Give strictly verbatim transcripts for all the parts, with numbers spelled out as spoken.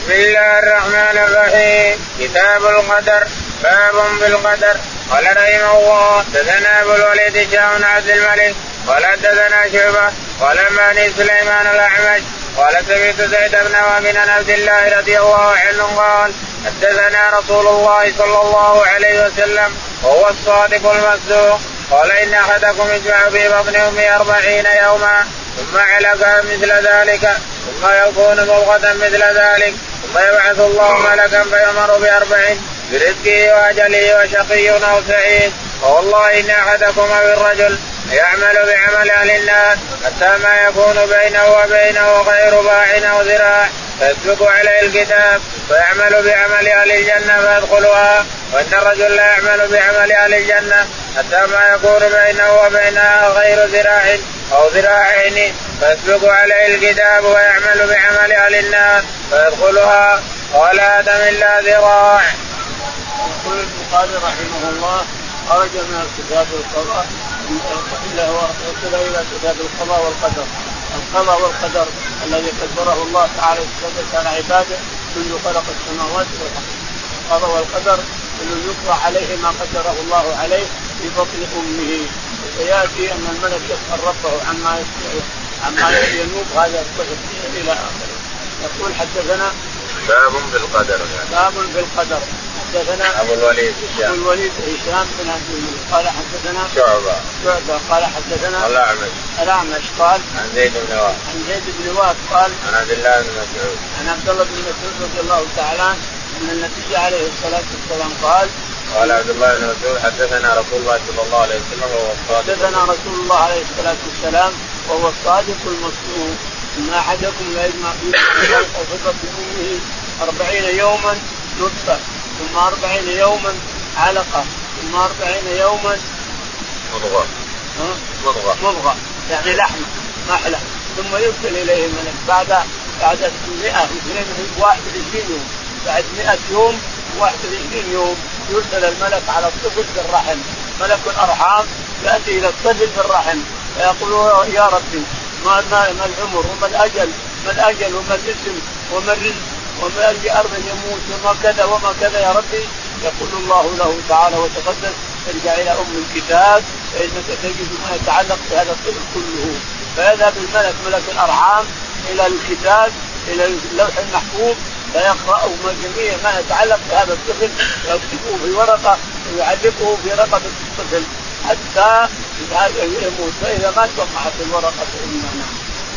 بسم الله الرحمن الرحيم. كتاب القدر. باب بالقدر. قال رحمه الله حدثنا ابو الوليد هشام بن عبد الملك قال حدثنا شعبة قال انبأني سليمان الأعمش قال سمعت زيد بن وهب عن عبد الله رضي الله عنه قال حدثنا رسول الله صلى الله عليه وسلم وهو الصادق المصدوق قال إن أحدكم يجمع في بطن أمه أربعين يوما ثم علقا مثل ذلك ثم يكون مضغة مثل ذلك ثم يبعث الله ملكا فيأمر بأربع برزقه وأجله وشقي أو سعيد. والله إن أحدكم أو الرجل يعمل بعمل أهل النار حتى ما يكون بينه وبينه غير باع أو ذراع فيسبق عليه الكتاب فيعمل بعمل أهل الجنة فيدخلها. وإن الرجل لا يعمل بعمل أهل الجنة حتى ما يكون بينه وبينها غير ذراع أو ذراعين فيسبق عليه الكتاب ويعمل بعمل أهل النار فيدخلها. قال آدم إلا ذراع. يقول البخاري رحمه الله خرج من كتاب القضاء إلا هو وصل إلى كتاب القضاء والقدر. القضاء والقدر الذي قدره الله تعالى على عباده منذ خلق السماوات والأرض. القضاء والقدر الذي يقرأ عليه ما قدره الله عليه في بطن أمه. ويأتي أن الملك يسأل ربه عما يستطيع عما ينوب هذا الطفل إلى آخره. يقول حدثنا باب بالقدر. باب بالقدر. حدثنا أبو الوليد هشام أبو الوليد هشام بن عبد الملك قال حدثنا شعبة شعبة قال حدثنا الأعمش الأعمش قال عن زيد بن وهب عن زيد بن وهب قال عن عبد الله بن مسعود عن عبد الله بن مسعود رضي الله تعالى عنه أن النبي عليه الصلاة والسلام قال قال عبد الله بن مسعود حدثنا رسول الله صلى الله عليه وسلم وهو الصادق حدثنا رسول الله عليه الصلاة والسلام وهو الصادق المصدوق إن أحدكم لا يجمع في بطن أمه أربعين يوما نطفة ثم أربعين يوما علقة ثم أربعين يوما مضغة مضغة مضغة يعني لحم محلى ثم يرسل إليه ملك بعد بعد مئة واحد وعشرين يوم بعد مئة يوم واحد وعشرين يوم يرسل الملك على الطفل في الرحم. ملك الأرحام يأتي إلى الطفل في الرحم فيقول يا ربي ما ما العمر وما الأجل ما الأجل وما الاسم وما الرزق وما أي أرض يموت وما كذا وما كذا يا ربي. يقول الله له تعالى وتقدس ارجع إلى أم الكتاب فإنك تجد ما يتعلق بهذا الطفل كله. فيذهب الملك ملك الأرحام إلى الكتاب إلى اللوح المحفوظ فيقرأ جميع ما يتعلق بهذا الطفل ويكتبه في ورقة ويعلقه في رقبة الطفل حتى يموت. فإذا ما توقعت الورقة فإننا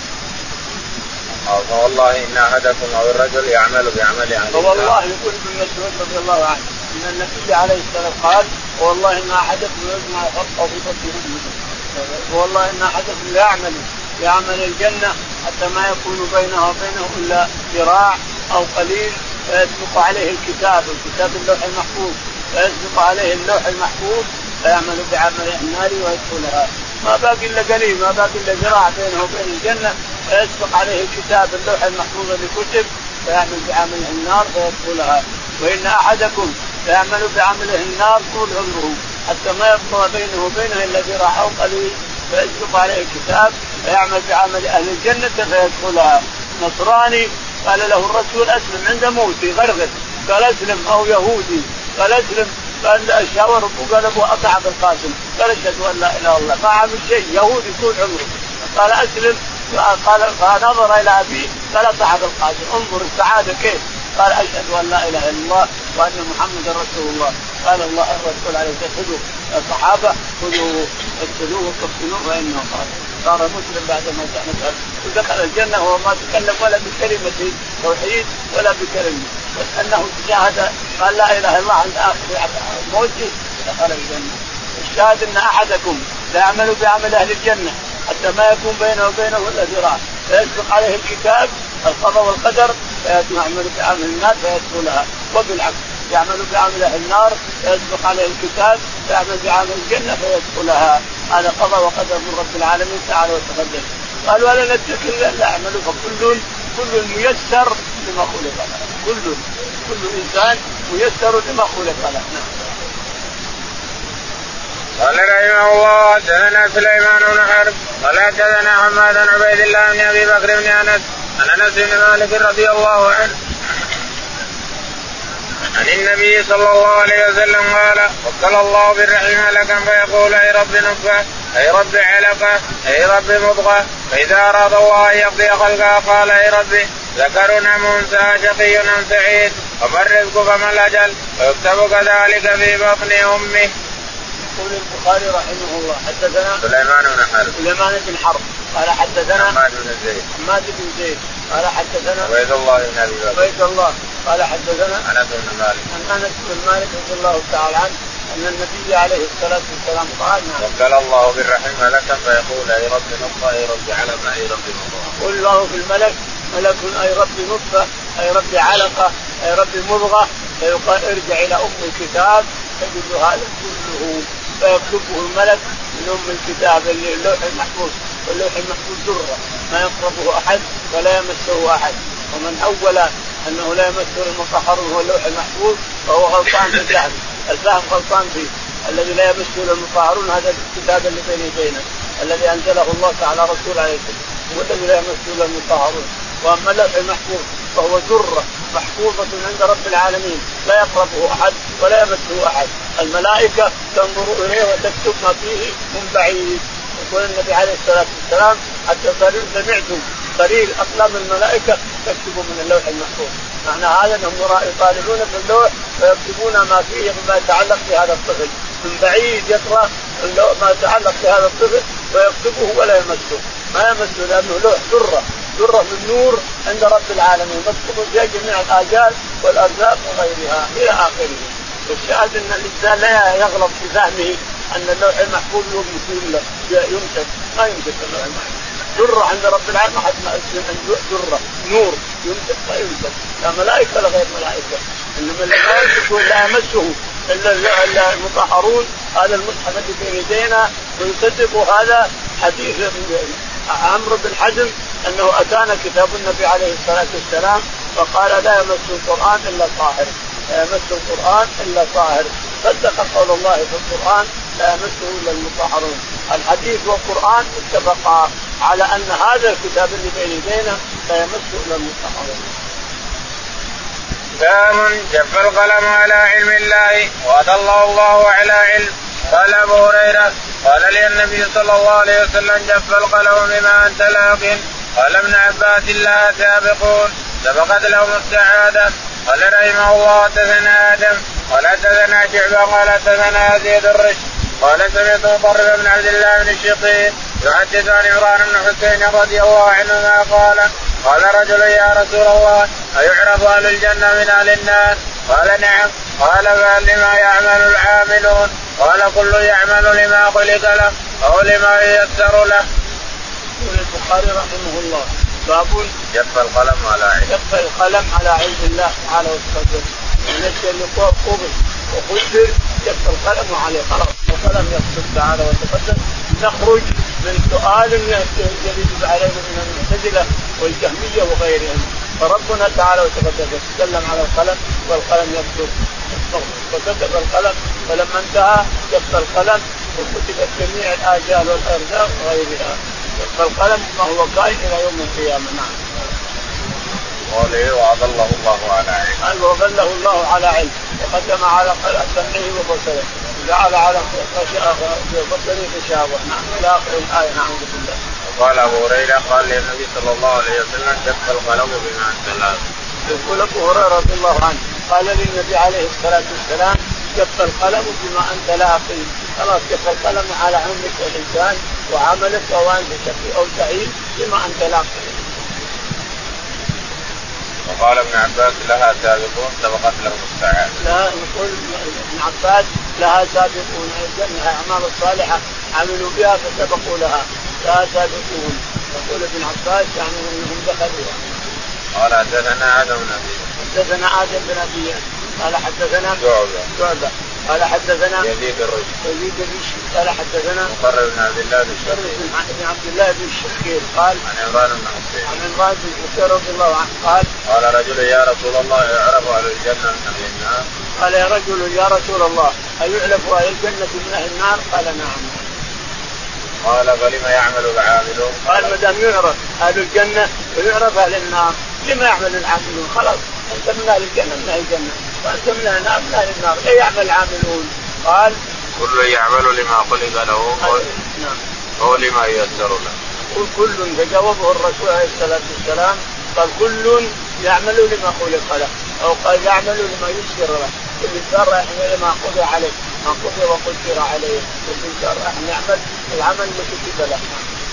فوالله إن أحدكم أو الرجل يعمل بعمل أهل النار. فوالله يقول ابن مسعود رضي الله عنه إن النبي عليه السلام قال والله إن أحدكم يجمع خلقه في بطن أمه والله إن أحدكم لا يعمل يعمل الجنة حتى ما يكون بينه وبينه إلا ذراع أو قليل فيسبق عليه الكتاب الكتاب اللوح المحفوظ فيسبق عليه اللوح المحفوظ فيعمل بعمل النار ويدخلها. ما باقي إلا قليل ما باقي إلا ذراع بينه وبين الجنة فيسبق عليه الكتاب اللوح المحفوظ اللي كتب فيعمل بعمل النار فيدخلها. وإن أحدكم يعمل بعمله النار طول عمره حتى ما يبقى بينه وبينه إلا ذراع أو قليل فيسبق عليه الكتاب فيعمل بعمل أهل الجنة فيدخلها. نصراني قال له الرسول أسلم عند موتي غرغر قال أسلم أو يهودي قال أسلم قال الشاور وقال أبو أطعب القاسم قال أشهد أن لا إله إلا الله ما عمل شيء يهودي طول عمره قال أسلم قال فنظر إلى أبيه قال أطعب القاسم انظر السعادة كيف قال أشهد أن لا إله إلا الله وأن محمد رسول الله. قال الله الرسول عليه خذوا الصحابة خذوا اقتلوه وقتلوه فإنه قال صار مسلم بعد ما كان ودخل الجنة وهو ما تكلم ولا بكلمة توحيد ولا بكلمة بس أنه شاهد قال لا إله إلا الله عند آخر موته دخل الجنة. الشاهد أن أحدكم لا يعمل بعمل أهل الجنة حتى ما يكون بينه وبينه إلا ذراع فيسبق عليه الكتاب القضاء والقدر فيعمل بعمل النار فيدخلها. وبالعكس يعمل بعمل أهل النار فيسبق عليه الكتاب فيعمل بعمل الجنة فيدخلها. هذا قضاء وقدر من رب العالمين تعالى وتقدم. قال ولا نترك إلا لا يعمل فكل كل ميسر لما خلق له كل كل إنسان ميسر لما خلق له. قال رحمه الله حدثنا سليمان بن حرب قال حدثنا حماد بن عبيد الله بن ابي بكر بن انس عن انس بن مالك رضي الله عنه عن النبي صلى الله عليه وسلم قال وكل الله بالرحم ملكا فيقول اي رب نطفه اي رب علقه اي رب مضغه فاذا اراد الله ان يقضي خلقه قال اي رب ذكر ام انثى شقي ام سعيد وما الرزق فما الاجل ويكتب كذلك في بطن امه. يقول البخاري رحمه الله حدثنا سليمان بن حرب سليمان بن حرب قال حدثنا حماد بن زيد حماد بن زيد قال حدثنا عبيد الله بن ابي بكر عبيد الله قال حدثنا انس بن مالك عن انس بن مالك رضي الله تعالى عنه ان النبي عليه الصلاه والسلام قال وكل الله بالرحم ملكا فيقول اي رب نطفه اي رب علقه اي رب مضغه. يقول الله في الملك ملك اي رب نطفه اي رب علقه اي رب مضغه فيقال ارجع الى ام الكتاب تجد هذا كله فيكتبه الملك من ام الكتاب اللي اللوح المحفوظ واللوح المحفوظ ذره ما يقربه احد ولا يمسه احد ومن اول انه لا يمسه المطهرون هو اللوح المحفوظ فهو غلطان في الفهم الفهم غلطان فيه. الذي لا يمسه المطهرون هذا الكتاب اللي بين يدينا الذي انزله الله تعالى رسول عليه هو الذي لا يمسه المطهرون. واما اللوح المحفوظ فهو ذره محفوظه عند رب العالمين لا يقربه احد ولا يمسه احد. الملائكه تنظر اليه وتكتب ما فيه من بعيد. يقول النبي عليه الصلاه والسلام حتى سمعتم قليل اقلام الملائكه تكتب من اللوح المحفوظ. معنى هذا انهم يطالبون في اللوح ويكتبون ما فيه مما يتعلق بهذا الطفل من بعيد يقرا ما يتعلق بهذا الطفل ويكتبه ولا يمسه ما يمسه لانه لوح ذره ذره من نور عند رب العالمين مكتوب فيها جميع الاجال والارزاق وغيرها الى اخره. والشاهد ان الانسان لا يغلط في فهمه ان اللوح المحفوظ يمسك يمسك ما يمسك اللوح المحفوظ ذره عند رب العالمين حتى ما ذره نور يمسك ما يمسك لا ملائكه ولا غير ملائكه. انما الملائكه لا يمسه الا المطهرون. هذا المصحف الذي بين يدينا ويصدق هذا حديث عمرو بن حزم انه اتانا كتاب النبي عليه الصلاه والسلام وقال لا يمس القران الا طاهر لا يمس القران الا طاهر. صدق قول الله في القران لا يمسه الا المطهرون. الحديث والقران اتفقا على ان هذا الكتاب اللي بين يدينا لا يمسه الا المطهرون. باب جف القلم على علم الله وأضل الله على علم. قال أبو هريرة قال لي النبي صلى الله عليه وسلم جف القلم بما أنت لاق. قال ابن عباس لها سابقون سبقت لهم السعادة. قال رحمه الله حدثنا آدم قال حدثنا شعبة قال حدثنا يزيد الرشد قال سمعت مطرف بن عبد الله بن الشقيق يحدث عن عمران بن حسين رضي الله عنهما قال قال رجل يا رسول الله أيعرف أهل الجنة من أهل النار؟ قال نعم. قال فهل لما يعمل العاملون؟ قال كل يعمل لما خلق له أو لما ييسر له. يقول البخاري رحمه الله باب جف القلم على علم جف القلم على علم الله تعالى وتقدم ونسي اللي فوق قبل وقدر جف القلم عليه خلاص القلم يقصد تعالى وتقدم. نخرج من سؤال يريد علينا من المعتزلة والجهمية وغيرهم فربنا تعالى وتقدم يتكلم على القلم والقلم يكتب فكتب القلم فلما انتهى جف القلم وكتبت جميع الآجال والأرزاق وغيرها. فالقلم ما هو كائن إلى يوم القيامة. نعم. قوله وأضله الله على علم. قال وأضله الله على علم وقدم على سمعه وبصره وجعل على بصره غشاوة. نعم إلى آخر الآية. نعوذ بالله. وقال أبو هريرة قال لي النبي صلى الله عليه وسلم جف القلم بما أنت لاق. يقول أبو هريرة رضي الله عنه قال للنبي عليه الصلاة والسلام جف القلم بما أنت لاقي. خلاص جف القلم على عمرك والإنسان وعملك وأنت شقي أو سعيد بما أنت لاقي. وقال ابن عباس لها سابقون سبقت لهم السعادة. لا نقول ابن عباس لها سابقون الجنة أعمال الصالحة عملوا بها فسبقوا لها لها سابقون. يقول ابن عباس يعني أنهم دخلوا. قال حدثنا آدم بن أبي حدثنا آدم بن أبي قال حدثنا شعبة قال حدثنا يزيد الرشد يزيد الرشد قال حدثنا مطرف بن عبد الله بن الشقيق بن عبد الله بن الشقيق قال عن عمران بن حسين عن عمران بن حسين رضي الله عنه قال قال رجل يا رسول الله يعرف أهل الجنة من أهل النار؟ قال يا رجل يا رسول الله أيعرف أهل الجنة من أهل النار؟ قال نعم. قال فلما يعمل العاملون؟ قال ما دام يعرف أهل الجنة ويعرف أهل النار لما يعمل العاملون؟ خلاص أنت من أهل الجنة من أهل الجنة فأنتم من النار من أهل النار لا يعمل عاملون. قال كل يعمل لما خلق له أو لما ييسر له. قل كل فجاوبه الرسول عليه الصلاة والسلام قال كل يعمل لما خلق له أو قال يعمل لما يسر له. الإنسان راح لما قضي عليه ما قضي وقدر عليه. الإنسان راح يعمل العمل الذي كتب له.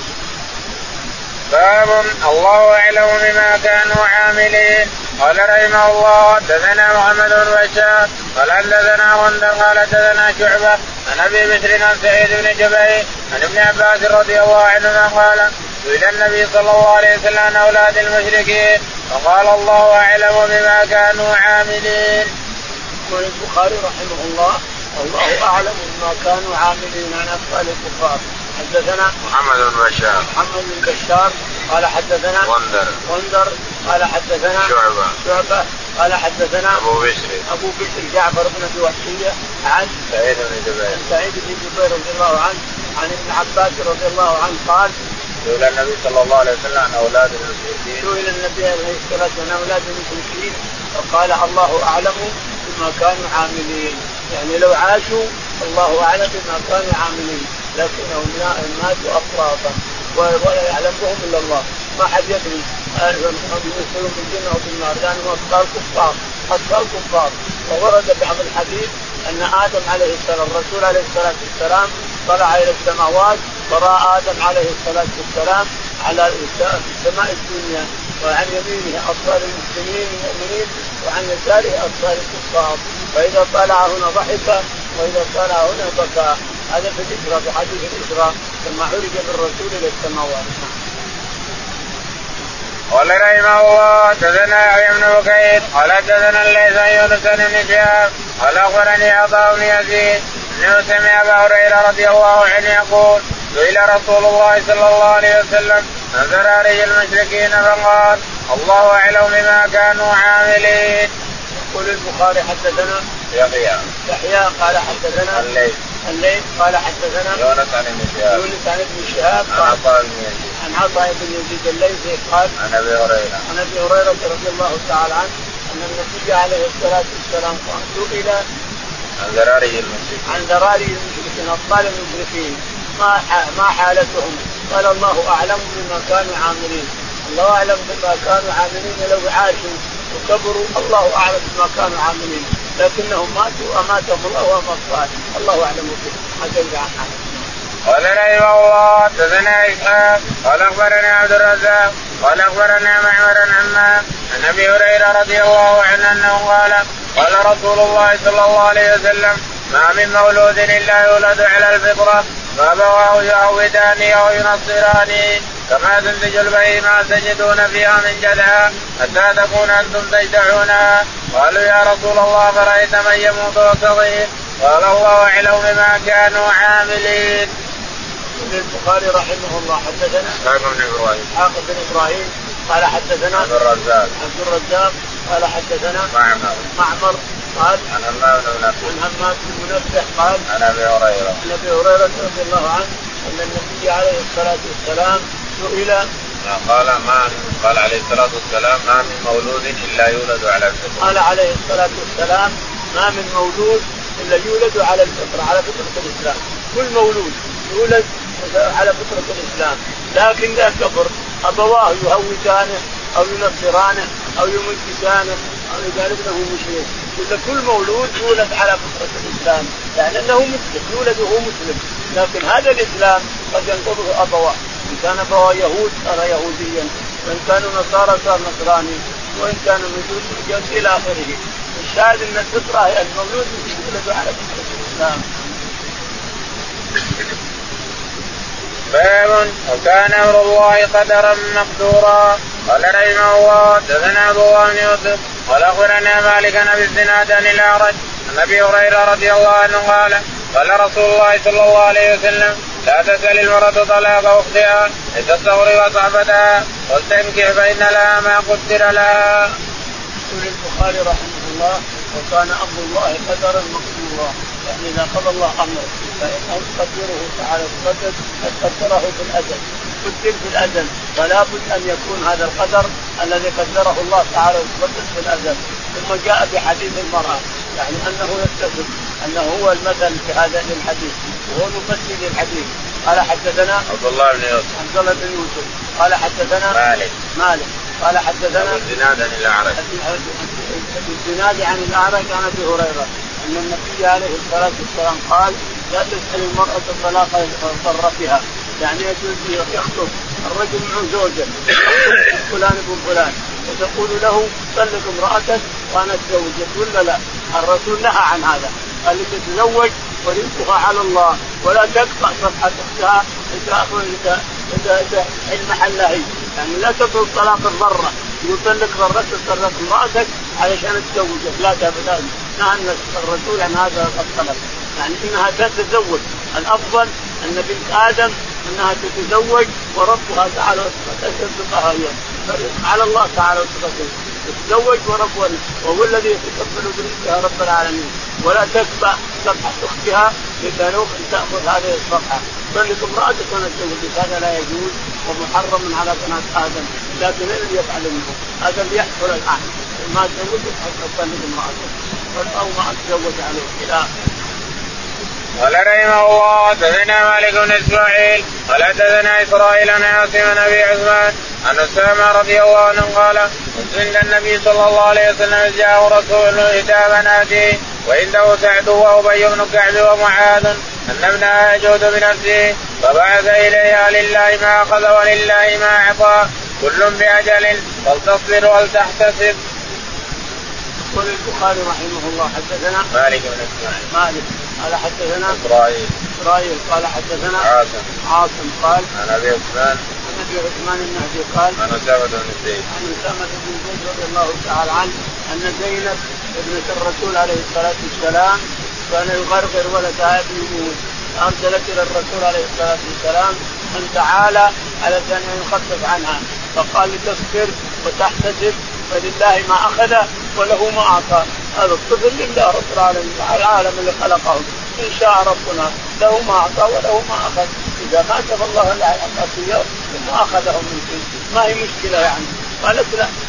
باب الله أعلم بما كانوا عاملين. قال رحمه الله حدثنا محمد بن بشار قال حدثنا غندر قال حدثنا شعبة عن أبي بكر عن سعيد بن جبير عن ابن عباس رضي الله عنهما قال سئل النبي صلى الله عليه وسلم عن أولاد المشركين فقال الله أعلم بما كانوا عاملين. يقول البخاري رحمه الله الله أعلم بما كانوا عاملين عن أطفال الكفار. حدثنا محمد بن بشار محمد بن بشار قال حدثنا غندر غندر قال حدثنا شعبة شعبة قال حدثنا أبو بشر أبو بشر جعفر بن أبي وحشية عن سعيد بن جبير سعيد بن جبير رضي الله عنه عن ابن عباس رضي الله عنه قال سئل النبي صلى الله عليه وسلم عن أولاد المشركين سئل النبي عليه الصلاة والسلام عن أولاد المشركين فقال الله أعلم بما كانوا عاملين. يعني لو عاشوا الله أعلم بما كانوا عاملين لكنهم ماتوا أفراطا ولا يعلمهم إلا الله. ما حد يدري يدخلون في الجنة أو في النار لأنهم أطفال كفار أطفال كفار. وورد بعض الحديث أن آدم عليه السلام الرسول عليه الصلاة والسلام طلع إلى السماوات فرأى آدم عليه الصلاة والسلام على السماء الدنيا وعن يمينه أطفال المسلمين المؤمنين وعن يساره أطفال الكفار. فإذا طلع هنا ضحك وإذا طلع هنا بكى. هذا في الإسراء في حديث الإسراء لما عرج بالرسول إلى السماوات. قال رحمه الله حدثنا يحيى بن بكير قال حدثنا الليث عن يونس بن شهاب قال أخبرني عطاء بن يزيد أنه سمع أبا هريرة رضي الله عنه يقول سئل رسول الله صلى الله عليه وسلم عن ذراري المشركين فقال الله أعلم بما كانوا عاملين. يقول البخاري حدثنا يحيى يحيى قال حدثنا الليث الليث قال حدثنا يونس عن ابن شهاب يونس عن ابن شهاب عن عطاء بن يزيد عن عطاء بن يزيد الليثي قال عن أبي هريرة عن أبي هريرة رضي الله تعالى عنه أن النبي عليه الصلاة والسلام سئل عن ذراري المشركين عن ذراري المشركين أطفال المشركين ما ما حالتهم. قال الله أعلم بما كانوا عاملين. الله أعلم بما كانوا عاملين لو عاشوا وكبروا الله أعلم بما كانوا عاملين لكنهم ماتوا أماتهم الله وما قال الله أعلم بهم. هذا عن حاله. قال رحمه الله حدثنا إسحاق قال أخبرنا عبد الرزاق قال أخبرنا معمر عن عمام عن أبي هريرة رضي الله عنه أنه قال قال رسول الله صلى الله عليه وسلم ما من مولود إلا يولد على الفطرة فأبواه يهودانه أو ينصرانه كما تنتج البهيمة تجدون فيها من جذعها حتى تكون أنتم تجدعونها. قالوا يا رسول الله فرأيت من يموت وصغير قال الله أعلم بما كانوا عاملين. البخاري رحمه الله حدثنا إسحاق بن إبراهيم إسحاق بن إبراهيم قال حدثنا عبد الرزاق عبد الرزاق قال حدثنا معمر معمر قال عن همام بن منبه عن همام بن منبه قال عن أبي هريرة عن أبي هريرة رضي الله عنه أن النبي عليه الصلاة والسلام سئل قال ما قال عليه الصلاة والسلام ما من مولود إلا يولد على الفطرة. قال عليه الصلاة والسلام ما من مولود إلا يولد على الفطرة على فطرة الإسلام. كل مولود يولد على فطرة الإسلام لكن إذا كفر أبواه يهودانه أو ينصرانه أو يمجسانه أو يجعلونه مشرك. كل مولود يولد على فطرة الإسلام يعني أنه مسلم يولد وهو مسلم. لكن هذا الإسلام قد ينقضه أبواه. إن كان أبواه يهود صار يهوديا وإن كانوا نصارى صار نصراني وإن كانوا مجوس إلى آخره. الشاهد أن الفطرة المولود يولد على فطرة الإسلام. باب وكان أمر الله قدرا مقدورا. قال رحمه الله حدثنا أبو بن يوسف قال أخبرنا مالك بن الزناد عن الأعرج عن أبي هريرة رضي الله عنه قال قال رسول الله صلى الله عليه وسلم لا تسأل المرأة طلاق أختها لتستغرب صحبتها واستنكح فإن لها ما قدر لها. يقول البخاري رحمه الله وكان أمر الله قدرا مقدورا. يعني إذا قضى الله أمر فإنه يقدره تعالى القدر قدره في الأزل قدر في الأزل فلا بد أن يكون هذا القدر الذي قدره الله تعالى القدر في الأزل ثم جاء بحديث المرأة يعني أنه يتصف أنه هو المثل في هذا الحديث وهو مفسر للحديث. قال حدثنا عبد الله بن يوسف عبد الله بن يوسف قال حدثنا مالك مالك قال حدثنا الزناد عن الأعرج الزناد عن الأعرج عن أبي هريرة أن النبي عليه الصلاة والسلام قال لا تسأل المرأة طلاق ضرتها يعني يجوز يخطب الرجل معه زوجة فلان ابن فلان وتقول له طلق امرأتك وأنا أتزوجك ولا لا. الرسول نهى عن هذا قال لك تتزوج ورزقها على الله ولا تقطع صفحة أختها إذا إذا المحل هي يعني لا تطلق طلاق الضرة يطلق ضرتك طلق امرأتك علشان تتزوجك لا تبدا. نهى الرسول عن هذا الطلب يعني إنها تتزوج. الأفضل أن بنت آدم أنها تتزوج وربها تعالى وترزقها هي على الله تعالى وتقدم تتزوج وربها وهو الذي يتقبل برزقها رب العالمين ولا تتبع صفحة أختها لتنوخ تأخذ هذه الصفحة فلك امرأتك ونتزوجك. هذا لا يجوز ومحرم على بنات آدم لكن الذي يفعل منه هذا اللي يحصل الآن ما تزوجك حتى تطلق امرأتك أو ما أتزوج عليه إلى. قال رحمه الله حدثنا مالك بن اسماعيل قال حدثنا اسرائيل عن عاصم بن ابي عثمان عن اسامه رضي الله عنه قال كنت عند النبي صلى الله عليه وسلم جاءه رسول اهدى بناته وعنده سعد وابي بن كعب ومعاذ ان ابنها يجود بنفسه فبعث اليها لله ما اخذ ولله ما اعطى كل باجل فلتصبر ولتحتسب. يقول البخاري رحمه الله حدثنا مالك بن اسماعيل مالك قال حدثنا إسرائيل إسرائيل قال حدثنا عاصم عاصم قال عن أبي عثمان عن أبي عثمان النهدي قال عن أسامة بن زيد عن أسامة بن زيد رضي الله تعالى عنه أن زينب ابنة الرسول عليه الصلاة والسلام كان يغرغر ولدها بيموت أرسلت إلى الرسول عليه الصلاة والسلام أن تعالى على أن يخفف عنها فقال لتصبر وتحتسب فلله ما أخذ وله ما أعطى. هذا الطفل لله رب العالمين العالم اللي خلقه إن شاء ربنا له ما أعطى وله ما أخذ. إذا ما كتب الله العطية ثم أخذه من شيء ما هي مشكلة يعني. قالت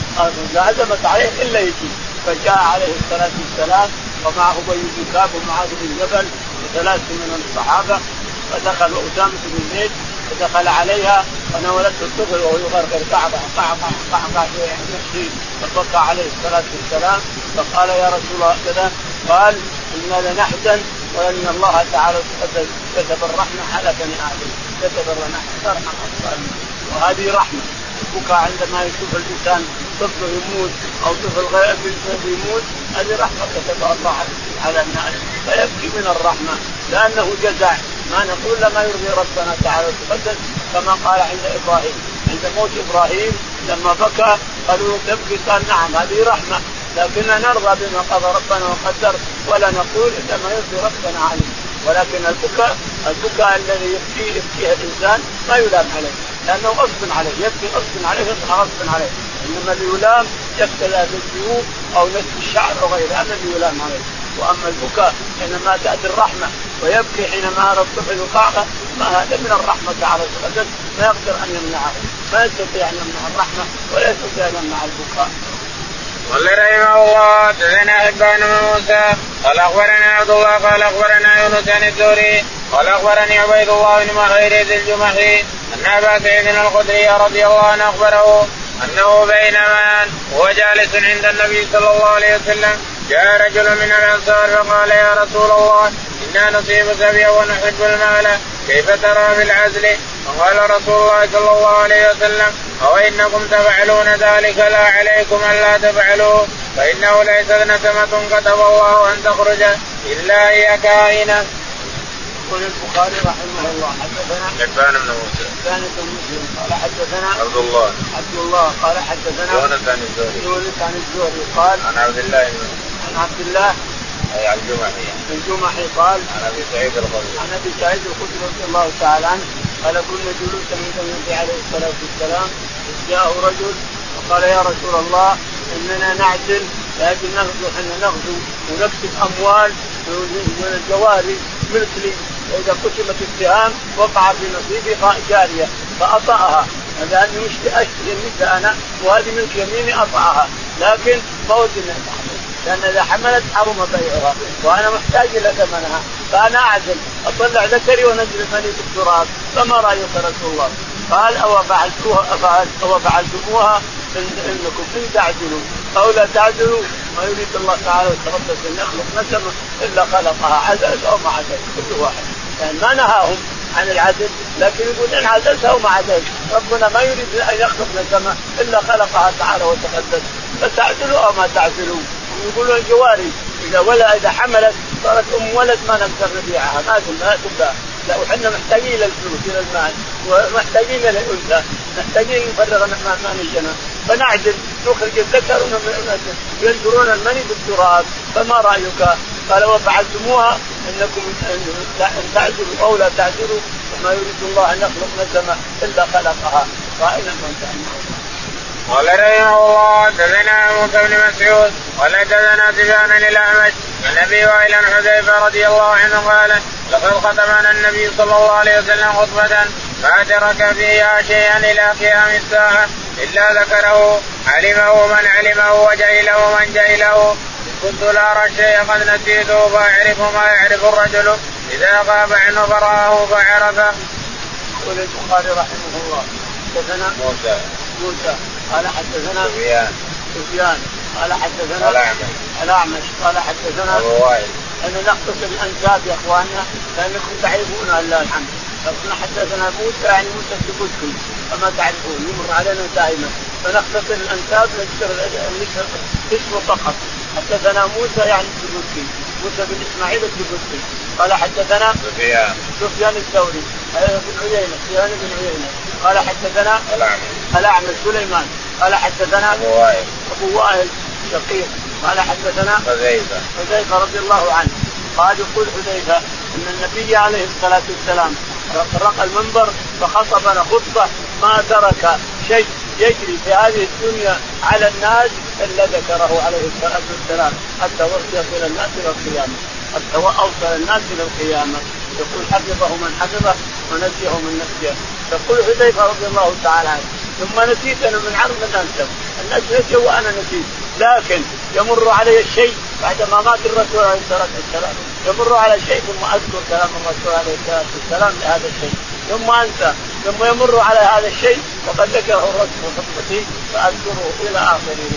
لا عزمت عليه إلا يجي فجاء عليه الصلاة والسلام ومعه أبي بن كعب ومعاذ بن جبل وثلاث من الصحابة فدخل أسامة بن زيد فدخل عليها ونولته الطفل وهو يغرغر قعقع قعقع قعقع في نفسه فبكى عليه الصلاة والسلام فقال يا رسول الله كذا قال إنا لنحزن وأن الله تعالى كتب الرحمة على بني آدم كتب الرحمة ترحم أطفالنا وهذه رحمة. البكاء عندما يشوف الإنسان طفل يموت أو طفل غير يموت هذه رحمة كتبها الله على الناس فيبكي من الرحمة لأنه جزع. ما نقول لما يرضي ربنا تعالى وتقدس كما قال عند إبراهيم عند موت إبراهيم لما بكى قالوا تبكي قال نعم هذه رحمة لكننا نرضى بما قضى ربنا وقدر ولا نقول إلا ما يرضي ربنا عليه. ولكن البكاء البكاء الذي يبكيه يبكيه الإنسان ما يلام عليه لأنه غصب عليه يبكي غصب عليه يصحى غصب عليه. إنما اللي يلام يبتلى بالجيوب أو نسف الشعر أو غيره هذا اللي يلام عليه. وأما البكاء حينما تأتي الرحمة ويبكي حينما يرى الطفل يقعقع ما هذا من الرحمة تعالى وتقدس ما يقدر أن يمنعه ما يستطيع أن يمنع الرحمة ولا يستطيع أن يمنع البكاء. قال رحمه الله حدثنا حبان بن موسى قال اخبرنا عبد الله قال اخبرنا يونس عن الزهري قال اخبرني عبيد الله بن مخيريز الجمحي ان ابا سعيد الخدري رضي الله عنه اخبره انه بينما هو جالس عند النبي صلى الله عليه وسلم جاء رجل من الانصار فقال يا رسول الله انا نصيب سبيا ونحب المال كيف ترى بالعزل؟ فقال رسول الله صلى الله عليه وسلم أو إنكم تفعلون ذلك لا عليكم ألا تفعلوا فإنه ليس نسمة كتب الله أن تخرج إلا هي كائنة. يقول البخاري رحمه الله حدثنا حبان بن موسى حبان بن مسلم قال حدثنا عبد الله عبد الله قال حدثنا يونس عن الزهري يونس عن الزهري قال عن عبد الله عن عبد الله أي عن الجمحي الجمحي قال عن أبي سعيد الخدري عن أبي سعيد الخدري رضي الله تعالى عنه قال كنا جلوسا عند النبي عليه الصلاة والسلام جاءه رجل وقال يا رسول الله إننا نعزل لكن نغزو حين نغزو ونكسب أموال من الجواري مثلي وإذا قسمت السهام وقع في نصيبي جارية فأطأها لأني مش أشتري النساء أنا وهذه ملك يميني أطأها لكن ما ودنا لأن إذا حملت حرم بيعها وأنا محتاج إلى ثمنها فأنا أعزل أطلع ذكري ونزل مني بالتراب فما رأيك رسول الله؟ قال أو فعلتوها أو فعلتموها إنكم إن تعدلوا أو لا تعدلوا ما يريد الله تعالى وتقدس أن يخلق نسمة إلا خلقها عدل أو ما عدل كل واحد يعني ما نهاهم عن العدل لكن يقول إن عدلت أو ما عدلت ربنا ما يريد أن يخلق نسمة إلا خلقها تعالى وتقدس فتعدلوا أو ما تعدلوا. يقولون الجواري إذا ولا إذا حملت صارت أم ولد ما نقدر نبيعها ما تنباع تنباع لا وحنا محتاجين إلى الفلوس إلى المال ومحتاجين إلى الأنثى محتاجين نفرغ ما نجنا فنعدل نخرج الذكر ينظرون المني بالتراب فما رأيك؟ قال وفعلتموها إنكم إن تعدلوا أو لا تعدلوا وما يريد الله أن يخلق نسمة إلا خلقها قائلا من تعلم. قال رحمه الله دثنا موسى بن مسعود قال دثنا سفيان الأعمش عن أبي وائل عن حذيفة رضي الله عنه قال لقد خطبنا النبي صلى الله عليه وسلم خطبة ما ترك فيها شيئا إلى قيام الساعة إلا ذكره علمه من علمه وجهله من جهله كنت لا أرى الشيء قد نسيته فأعرف ما يعرف الرجل إذا غاب عنه فرآه فعرفه. يقول البخاري رحمه الله دثنا موسى موسى قال حدثنا سفيان سفيان قال حدثنا الأعمش الأعمش قال حدثنا أبو وائل. أنا نختصر الأنساب يا إخواننا لأنكم تعرفون الله الحمد. لكن حدثنا موسى يعني موسى السبكي فما تعرفون يمر علينا دائما فنختصر الأنساب نذكر اسمه فقط. حدثنا موسى يعني السبكي موسى بن إسماعيل السبكي قال حدثنا سفيان سفيان الثوري بن عيينة سفيان بن عيينة قال حدثنا الأعمش سليمان قال حدثنا أبو وائل أبو وائل شقيق قال حدثنا حذيفة حذيفة رضي الله عنه قال يقول حذيفة إن النبي عليه الصلاة والسلام رق المنبر فخطبنا خطبة ما ترك شيء يجري في هذه الدنيا على الناس إلا ذكره عليه الصلاة والسلام حتى وصل الناس إلى القيامة حتى أوصل الناس إلى القيامة. يقول حفظه من حفظه ونسيه من نسيه. يقول حذيفة رضي الله تعالى عنه ثم نسيت أنا من عرض الناس الناس نسيه وأنا نسيت لكن يمر علي الشيء بعدما مات الرسول عليه الصلاة والسلام يمر على شيء ثم أذكر كلام الرسول عليه الصلاة والسلام لهذا الشيء ثم أنسى ثم يمر على هذا الشيء وقد ذكره الرسول في خطبته فأذكره إلى آخره.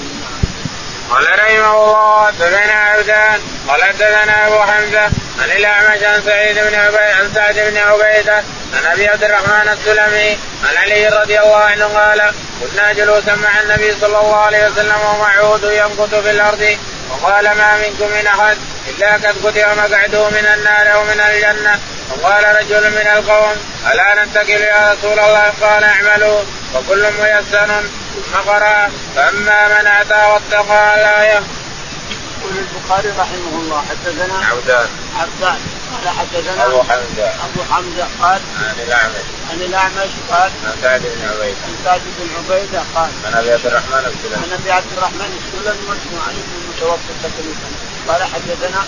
قال رحمه الله دثنا عبدان قال دثنا أبو حمزة عن الأعمش عن سعيد بن عبيد عن سعد بن عبيدة عن أبي عبد الرحمن السلمي عن علي رضي الله عنه قال كنا جلوسا مع النبي صلى الله عليه وسلم ومعود يمكث في الأرض وقال ما منكم من أحد إلا قد كتب مقعده من النار أو من الجنة. وقال رجل من القوم ألا نتكل يا رسول الله قال اعملوا وكل ميسر ثم قرأ فأما من أتى واتقى الآية. يقول البخاري رحمه الله حدثنا عبدان عبدان قال حدثنا أبو حمزة أبو حمزة قال عن الأعمش عن الأعمش قال عن سعد بن عبيدة عن سعد بن عبيدة قال عن أبي عبد الرحمن السلمي عن أبي عبد الرحمن السلمي واسمه علي بن المتوفى تقريبا قال حدثنا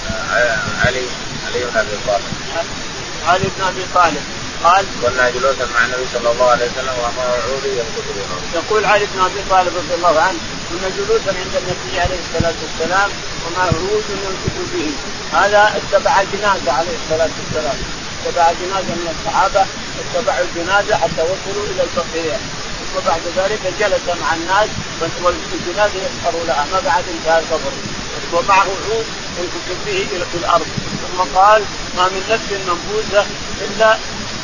علي علي بن أبي طالب علي بن أبي طالب قال كنا جلوسا مع النبي صلى الله عليه وسلم ومعود يمكث في الأرض. يقول علي بن أبي طالب رضي الله عنه كنا جلوسا عند النبي عليه الصلاة والسلام ومعود يمكث به. هذا اتبع جنازة عليه الصلاة والسلام اتبع جنازة من الصحابة اتبعوا الجنازة حتى وصلوا إلى البقيع وبعد ذلك جلس مع الناس والجنازة يسخر لها ما بعد انتهى القبر ومعه عود يمكث به إلى الأرض. ثم قال ما من نفس منفوذة إلا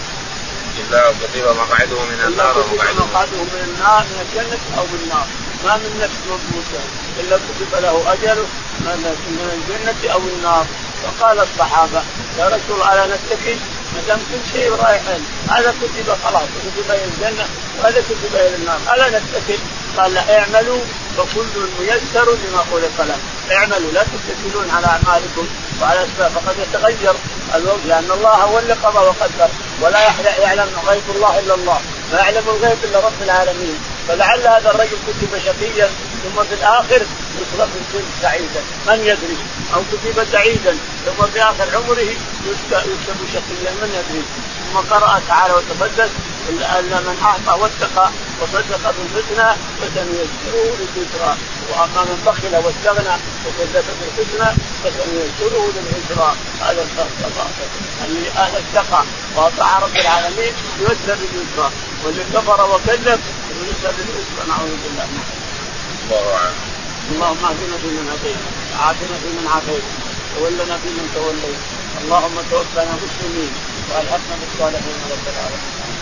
إلا كتب مقعده من النار مقعده من النار من الجنة أو من النار. ما من نفس منفوذة إلا كتب له أجله من الجنة أو النار. فقال الصحابة يا رسول الله نتكي ما دام كل شيء رايحين هذا كتب خلاص كتب إلى الجنة وهذا كتب إلى النار ألا نتكي؟ قال لا اعملوا فكل ميسر لما خلق له. اعملوا لا تتكلون على أعمالكم وعلى أسباب فقد يتغير الوجه لأن الله هو اللي قضى وقدر ولا يعلم غيب الله إلا الله ما يعلم الغيب إلا رب العالمين. فلعل هذا الرجل كتب شقيا ثم في الآخر يطلق الكل سعيدا من يدري أو كتب سعيدا ثم في آخر عمره يكتب شقيا من يدري. ثم قرأ تعالى وتقدس إلا من أعطى واتقى وصدق بالحسنى فسنيسره لليسرى واما من بخل واستغنى وكذب بالحسنى فسنيسره للعسرى. هذا الصراط اللي اهل التقى واطاع رب العالمين ييسر لليسرى واللي كفر وكذب ييسر للعسرى. نعوذ بالله. الله اعلم. اللهم اهدنا فيمن هديت وعافنا فيمن عافيت وتولنا فيمن توليت اللهم توفنا مسلمين والحقنا بالصالحين رب العالمين.